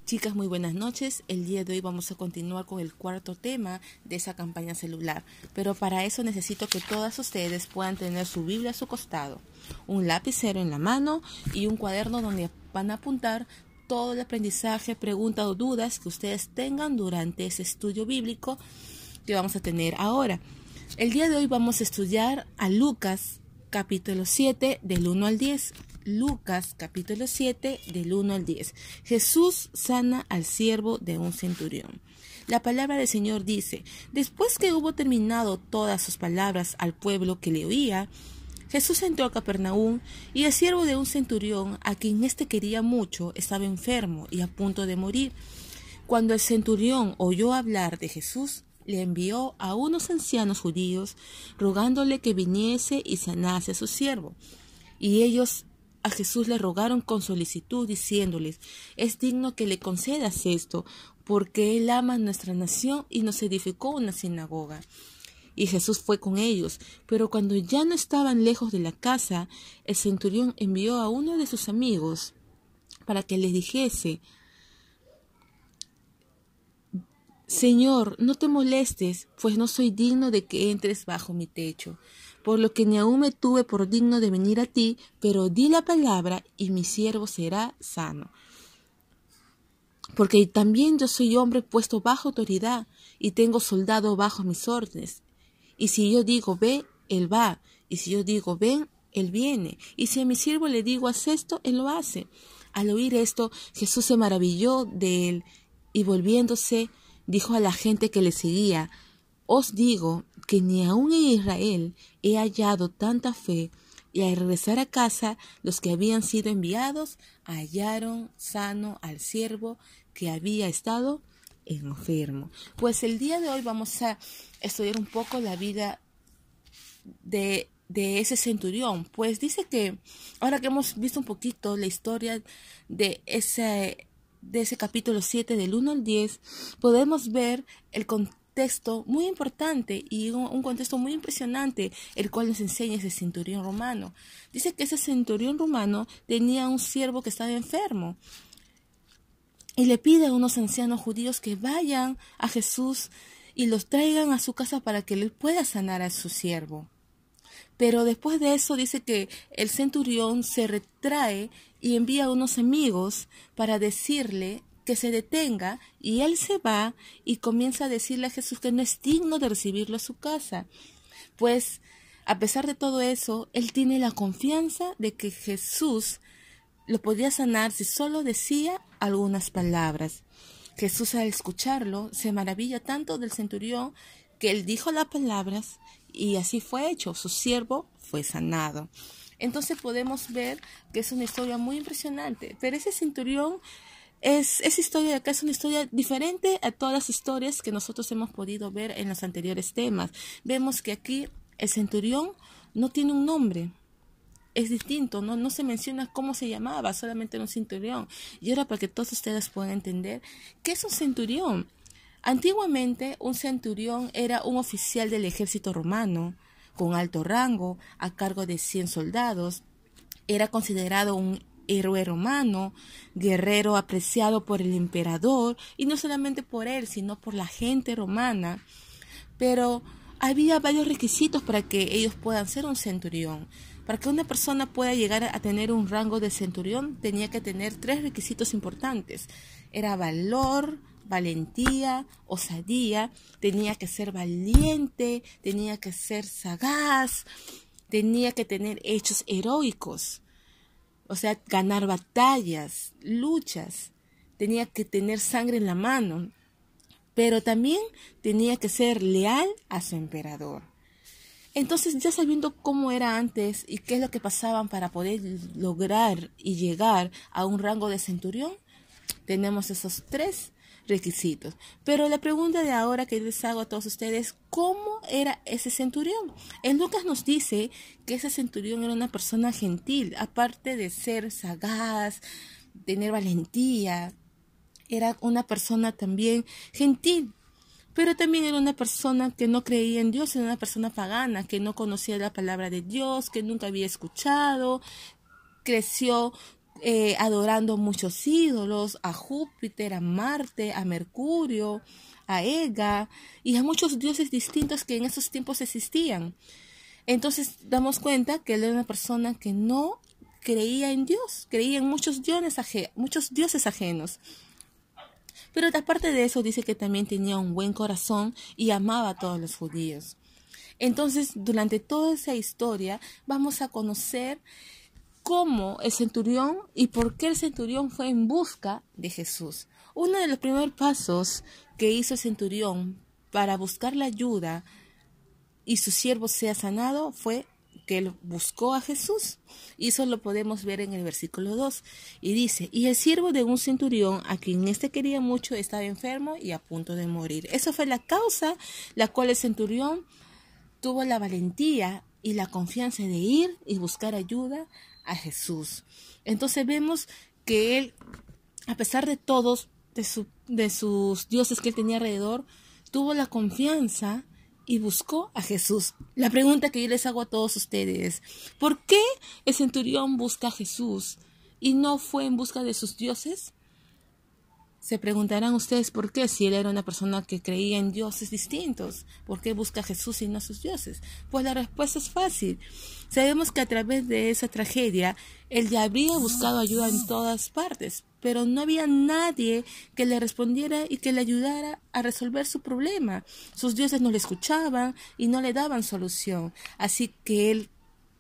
Chicas, muy buenas noches. El día de hoy vamos a continuar con el cuarto tema de esa campaña celular. Pero para eso necesito que todas ustedes puedan tener su Biblia a su costado, un lapicero en la mano y un cuaderno donde van a apuntar todo el aprendizaje, preguntas o dudas que ustedes tengan durante ese estudio bíblico que vamos a tener ahora. El día de hoy vamos a estudiar a Lucas capítulo 7 del 1 al 10. Lucas capítulo 7 del 1 al 10. Jesús sana al siervo de un centurión. La palabra del Señor dice: después que hubo terminado todas sus palabras al pueblo que le oía, Jesús entró a Capernaum, y el siervo de un centurión, a quien éste quería mucho, estaba enfermo y a punto de morir. Cuando el centurión oyó hablar de Jesús, le envió a unos ancianos judíos, rogándole que viniese y sanase a su siervo. Y ellos a Jesús le rogaron con solicitud, diciéndoles: es digno que le concedas esto, porque él ama nuestra nación y nos edificó una sinagoga. Y Jesús fue con ellos, pero cuando ya no estaban lejos de la casa, el centurión envió a uno de sus amigos para que les dijese: Señor, no te molestes, pues no soy digno de que entres bajo mi techo, por lo que ni aun me tuve por digno de venir a ti, pero di la palabra y mi siervo será sano. Porque también yo soy hombre puesto bajo autoridad y tengo soldado bajo mis órdenes. Y si yo digo ve, él va, y si yo digo ven, él viene, y si a mi siervo le digo haz esto, él lo hace. Al oír esto, Jesús se maravilló de él, y volviéndose, dijo a la gente que le seguía: os digo que ni aun en Israel he hallado tanta fe. Y al regresar a casa, los que habían sido enviados hallaron sano al siervo que había estado enfermo. Pues el día de hoy vamos a estudiar un poco la vida de ese centurión. Pues dice que, ahora que hemos visto un poquito la historia de ese capítulo 7 del 1 al 10, podemos ver el contexto muy importante y un contexto muy impresionante, el cual nos enseña ese centurión romano. Dice que ese centurión romano tenía un siervo que estaba enfermo y le pide a unos ancianos judíos que vayan a Jesús y los traigan a su casa para que él pueda sanar a su siervo. Pero después de eso dice que el centurión se retrae y envía a unos amigos para decirle que se detenga, y él se va y comienza a decirle a Jesús que no es digno de recibirlo a su casa. Pues a pesar de todo eso, él tiene la confianza de que Jesús lo podía sanar si solo decía algunas palabras. Jesús, al escucharlo, se maravilla tanto del centurión que él dijo las palabras y así fue hecho. Su siervo fue sanado. Entonces podemos ver que es una historia muy impresionante. Pero ese centurión, esa historia de acá es una historia diferente a todas las historias que nosotros hemos podido ver en los anteriores temas. Vemos que aquí el centurión no tiene un nombre. Es distinto, no se menciona cómo se llamaba, solamente era un centurión. Y ahora, para que todos ustedes puedan entender, ¿qué es un centurión? Antiguamente, un centurión era un oficial del ejército romano, con alto rango, a cargo de 100 soldados. Era considerado un héroe romano, guerrero apreciado por el emperador, y no solamente por él, sino por la gente romana. Pero había varios requisitos para que ellos puedan ser un centurión. Para que una persona pueda llegar a tener un rango de centurión, tenía que tener 3 requisitos importantes. Era valor, valentía, osadía, tenía que ser valiente, tenía que ser sagaz, tenía que tener hechos heroicos, o sea, ganar batallas, luchas, tenía que tener sangre en la mano, pero también tenía que ser leal a su emperador. Entonces, ya sabiendo cómo era antes y qué es lo que pasaban para poder lograr y llegar a un rango de centurión, tenemos esos 3 requisitos. Pero la pregunta de ahora que les hago a todos ustedes: ¿cómo era ese centurión? En Lucas nos dice que ese centurión era una persona gentil, aparte de ser sagaz, tener valentía, era una persona también gentil. Pero también era una persona que no creía en Dios, era una persona pagana, que no conocía la palabra de Dios, que nunca había escuchado, creció adorando muchos ídolos, a Júpiter, a Marte, a Mercurio, a Ega y a muchos dioses distintos que en esos tiempos existían. Entonces damos cuenta que él era una persona que no creía en Dios, creía en muchos dioses ajenos. Pero aparte de eso dice que también tenía un buen corazón y amaba a todos los judíos. Entonces, durante toda esa historia vamos a conocer cómo el centurión y por qué el centurión fue en busca de Jesús. Uno de los primeros pasos que hizo el centurión para buscar la ayuda y su siervo sea sanado fue que él buscó a Jesús. Y eso lo podemos ver en el versículo 2. Y dice, y el siervo de un centurión, a quien quería mucho, estaba enfermo y a punto de morir. Esa fue la causa la cual el centurión tuvo la valentía y la confianza de ir y buscar ayuda a Jesús. Entonces vemos que él, a pesar de todos, de sus dioses que él tenía alrededor, tuvo la confianza y buscó a Jesús. La pregunta que yo les hago a todos ustedes, ¿por qué el centurión busca a Jesús y no fue en busca de sus dioses? Se preguntarán ustedes por qué, si él era una persona que creía en dioses distintos, ¿por qué busca a Jesús y no a sus dioses? Pues la respuesta es fácil. Sabemos que a través de esa tragedia, él ya habría buscado ayuda en todas partes, pero no había nadie que le respondiera y que le ayudara a resolver su problema. Sus dioses no le escuchaban y no le daban solución. Así que él,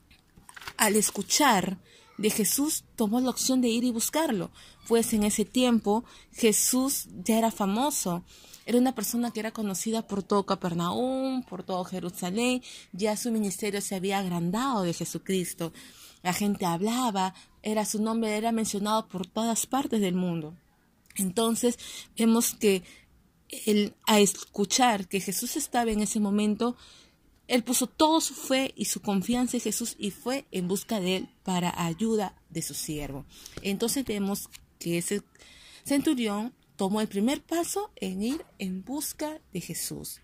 al escuchar de Jesús, tomó la opción de ir y buscarlo, pues en ese tiempo Jesús ya era famoso, era una persona que era conocida por todo Capernaum, por todo Jerusalén, ya su ministerio se había agrandado de Jesucristo, la gente hablaba, su nombre era mencionado por todas partes del mundo. Entonces vemos que él, a escuchar que Jesús estaba en ese momento, él puso toda su fe y su confianza en Jesús y fue en busca de él para ayuda de su siervo. Entonces vemos que ese centurión tomó el primer paso en ir en busca de Jesús.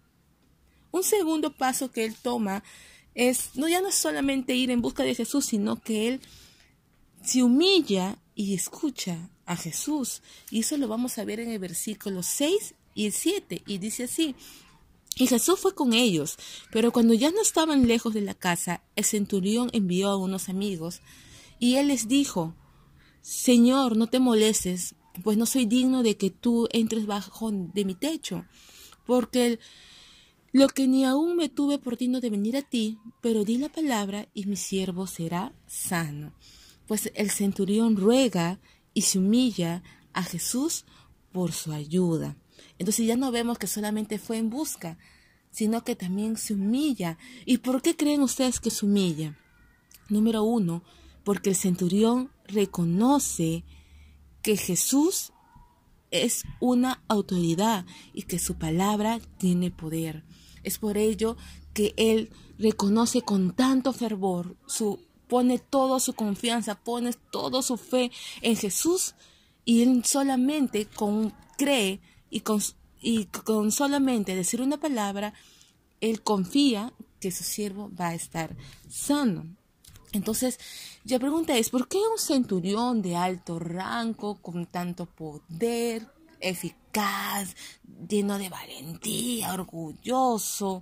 Un segundo paso que él toma ya no es solamente ir en busca de Jesús, sino que él se humilla y escucha a Jesús. Y eso lo vamos a ver en el versículo 6 y el 7. Y dice así: y Jesús fue con ellos, pero cuando ya no estaban lejos de la casa, el centurión envió a unos amigos, y él les dijo: Señor, no te molestes, pues no soy digno de que tú entres bajo de mi techo, porque lo que ni aún me tuve por digno de venir a ti, pero di la palabra y mi siervo será sano. Pues el centurión ruega y se humilla a Jesús por su ayuda. Entonces ya no vemos que solamente fue en busca, sino que también se humilla. ¿Y por qué creen ustedes que se humilla? Número 1, porque el centurión reconoce que Jesús es una autoridad y que su palabra tiene poder. Es por ello que él reconoce con tanto fervor, pone toda su confianza, pone toda su fe en Jesús, y él solamente cree y con solamente decir una palabra, él confía que su siervo va a estar sano. Entonces, la pregunta es, ¿por qué un centurión de alto rango, con tanto poder, eficaz, lleno de valentía, orgulloso,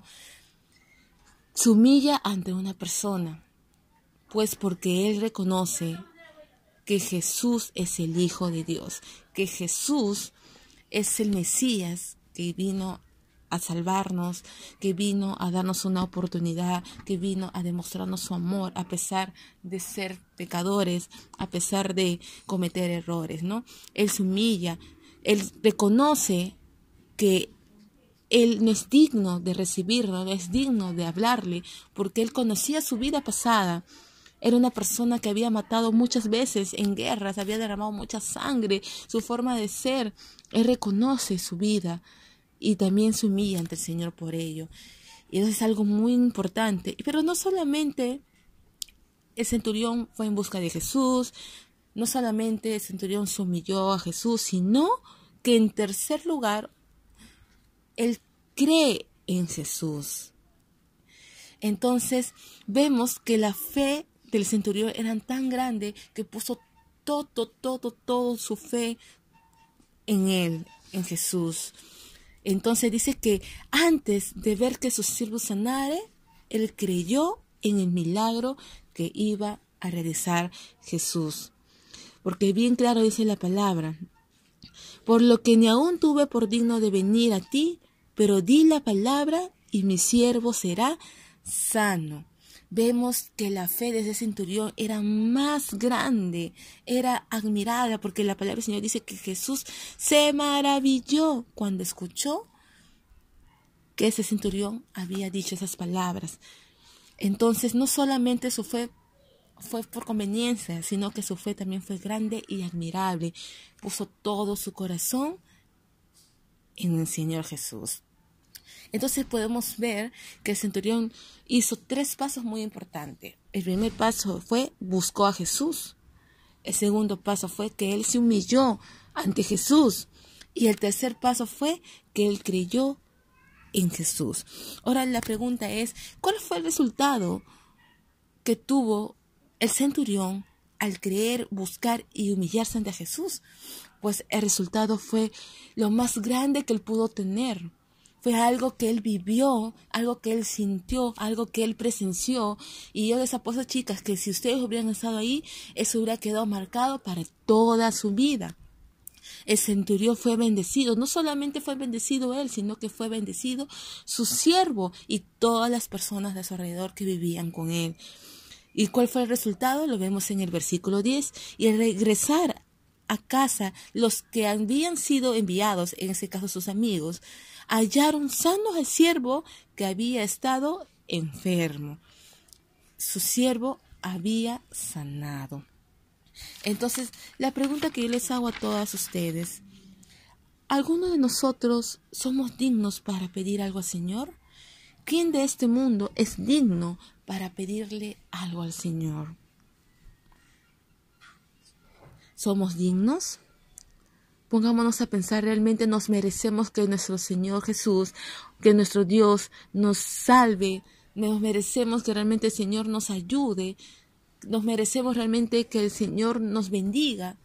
se humilla ante una persona? Pues porque él reconoce que Jesús es el Hijo de Dios, que Jesús es el Mesías que vino a salvarnos, que vino a darnos una oportunidad, que vino a demostrarnos su amor a pesar de ser pecadores, a pesar de cometer errores, ¿no? Él se humilla, él reconoce que él no es digno de recibirlo, no es digno de hablarle, porque él conocía su vida pasada. Era una persona que había matado muchas veces en guerras, había derramado mucha sangre, su forma de ser. Él reconoce su vida y también se humilla ante el Señor por ello. Y eso es algo muy importante. Pero no solamente el centurión fue en busca de Jesús, no solamente el centurión se humilló a Jesús, sino que en tercer lugar, él cree en Jesús. Entonces vemos que la fe del centurión era tan grande que puso todo su fe en Él, en Jesús. Entonces dice que antes de ver que su siervo sanare, Él creyó en el milagro que iba a realizar Jesús. Porque bien claro dice la palabra: por lo que ni aún tuve por digno de venir a ti, pero di la palabra y mi siervo será sano. Vemos que la fe de ese centurión era más grande, era admirada, porque la palabra del Señor dice que Jesús se maravilló cuando escuchó que ese centurión había dicho esas palabras. Entonces, no solamente su fe fue por conveniencia, sino que su fe también fue grande y admirable. Puso todo su corazón en el Señor Jesús. Entonces podemos ver que el centurión hizo 3 pasos muy importantes. El primer paso fue buscó a Jesús. El segundo paso fue que él se humilló ante Jesús. Y el tercer paso fue que él creyó en Jesús. Ahora la pregunta es, ¿cuál fue el resultado que tuvo el centurión al creer, buscar y humillarse ante Jesús? Pues el resultado fue lo más grande que él pudo tener. Fue algo que él vivió, algo que él sintió, algo que él presenció. Y yo les apuesto, chicas, que si ustedes hubieran estado ahí, eso hubiera quedado marcado para toda su vida. El centurión fue bendecido. No solamente fue bendecido él, sino que fue bendecido su siervo y todas las personas de su alrededor que vivían con él. ¿Y cuál fue el resultado? Lo vemos en el versículo 10. Y al regresar a casa, los que habían sido enviados, en ese caso sus amigos, hallaron sanos al siervo que había estado enfermo. Su siervo había sanado. Entonces, la pregunta que yo les hago a todas ustedes: ¿alguno de nosotros somos dignos para pedir algo al Señor? ¿Quién de este mundo es digno para pedirle algo al Señor? ¿Somos dignos? Pongámonos a pensar, ¿realmente nos merecemos que nuestro Señor Jesús, que nuestro Dios nos salve? ¿Nos merecemos que realmente el Señor nos ayude? ¿Nos merecemos realmente que el Señor nos bendiga?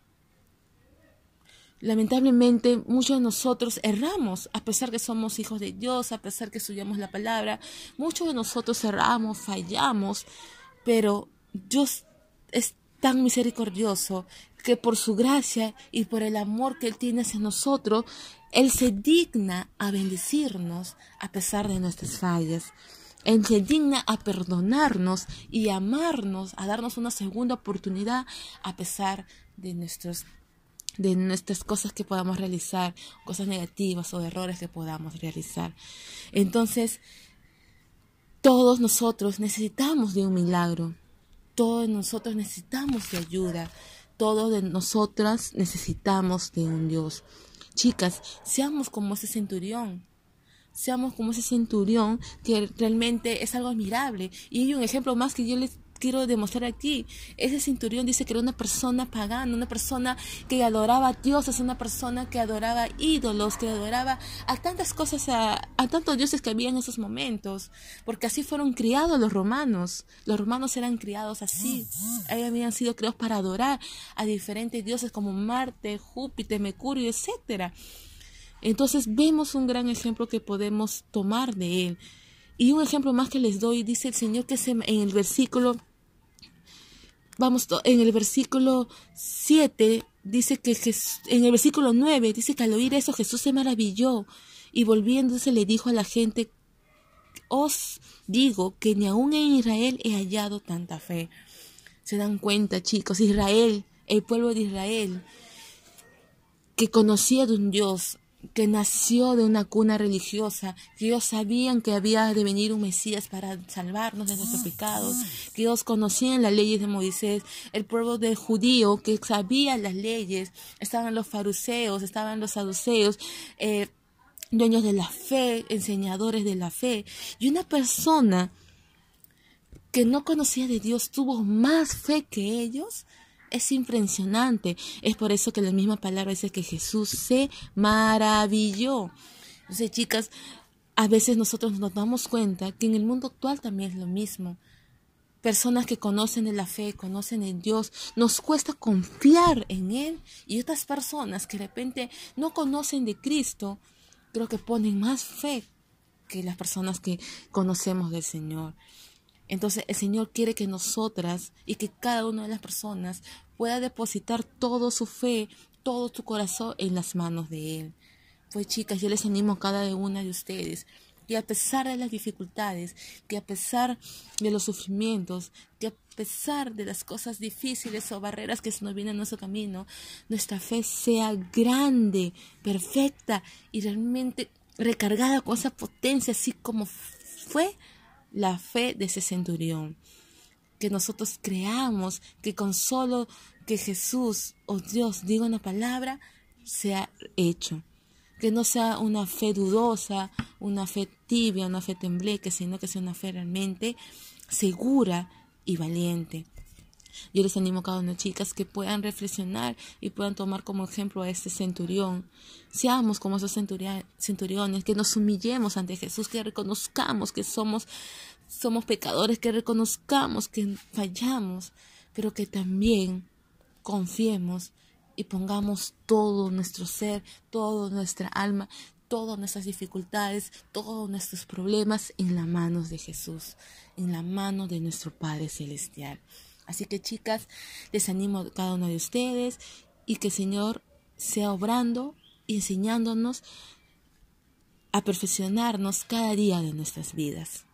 Lamentablemente, muchos de nosotros erramos, a pesar que somos hijos de Dios, a pesar que estudiamos la palabra. Muchos de nosotros erramos, fallamos, pero Dios es tan misericordioso que por su gracia y por el amor que Él tiene hacia nosotros, Él se digna a bendecirnos a pesar de nuestras fallas. Él se digna a perdonarnos y a amarnos, a darnos una segunda oportunidad a pesar de nuestras cosas que podamos realizar, cosas negativas o errores que podamos realizar. Entonces, todos nosotros necesitamos de un milagro. Todos nosotros necesitamos de ayuda. Todos de nosotras necesitamos de un Dios. Chicas, seamos como ese centurión. Seamos como ese centurión que realmente es algo admirable. Y hay un ejemplo más que yo les quiero demostrar aquí. Ese centurión dice que era una persona pagana, una persona que adoraba a dioses, una persona que adoraba ídolos, que adoraba a tantas cosas, a tantos dioses que había en esos momentos, porque así fueron criados los romanos. Los romanos eran criados así. Ellos habían sido criados para adorar a diferentes dioses como Marte, Júpiter, Mercurio, etcétera. Entonces vemos un gran ejemplo que podemos tomar de él. Y un ejemplo más que les doy, dice el Señor que en el versículo, en el versículo 7, dice que en el versículo 9, dice que al oír eso Jesús se maravilló y volviéndose le dijo a la gente: os digo que ni aún en Israel he hallado tanta fe. Se dan cuenta, chicos, Israel, el pueblo de Israel, que conocía de un Dios, que nació de una cuna religiosa, que ellos sabían que había de venir un Mesías para salvarnos de nuestros pecados, que ellos conocían las leyes de Moisés, el pueblo del judío que sabía las leyes, estaban los fariseos, estaban los saduceos, dueños de la fe, enseñadores de la fe, y una persona que no conocía de Dios tuvo más fe que ellos. Es impresionante. Es por eso que la misma palabra dice que Jesús se maravilló. Entonces, chicas, a veces nosotros nos damos cuenta que en el mundo actual también es lo mismo. personas que conocen de la fe, conocen en Dios, nos cuesta confiar en Él, y otras personas que de repente no conocen de Cristo, creo que ponen más fe que las personas que conocemos del Señor. Entonces el Señor quiere que nosotras y que cada una de las personas pueda depositar toda su fe, todo su corazón en las manos de Él. Pues chicas, yo les animo a cada una de ustedes que a pesar de las dificultades, que a pesar de los sufrimientos, que a pesar de las cosas difíciles o barreras que se nos vienen en nuestro camino, nuestra fe sea grande, perfecta y realmente recargada con esa potencia, así como fue la fe de ese centurión. Que nosotros creamos que con solo que Jesús o Dios diga una palabra, sea hecho. Que no sea una fe dudosa, una fe tibia, una fe tembleque, sino que sea una fe realmente segura y valiente. Yo les animo a cada una, chicas, que puedan reflexionar y puedan tomar como ejemplo a este centurión. Seamos como esos centuriones, que nos humillemos ante Jesús, que reconozcamos que somos pecadores, que reconozcamos que fallamos, pero que también confiemos y pongamos todo nuestro ser, toda nuestra alma, todas nuestras dificultades, todos nuestros problemas en las manos de Jesús, en la mano de nuestro Padre Celestial. Así que chicas, les animo a cada una de ustedes y que el Señor sea obrando y enseñándonos a perfeccionarnos cada día de nuestras vidas.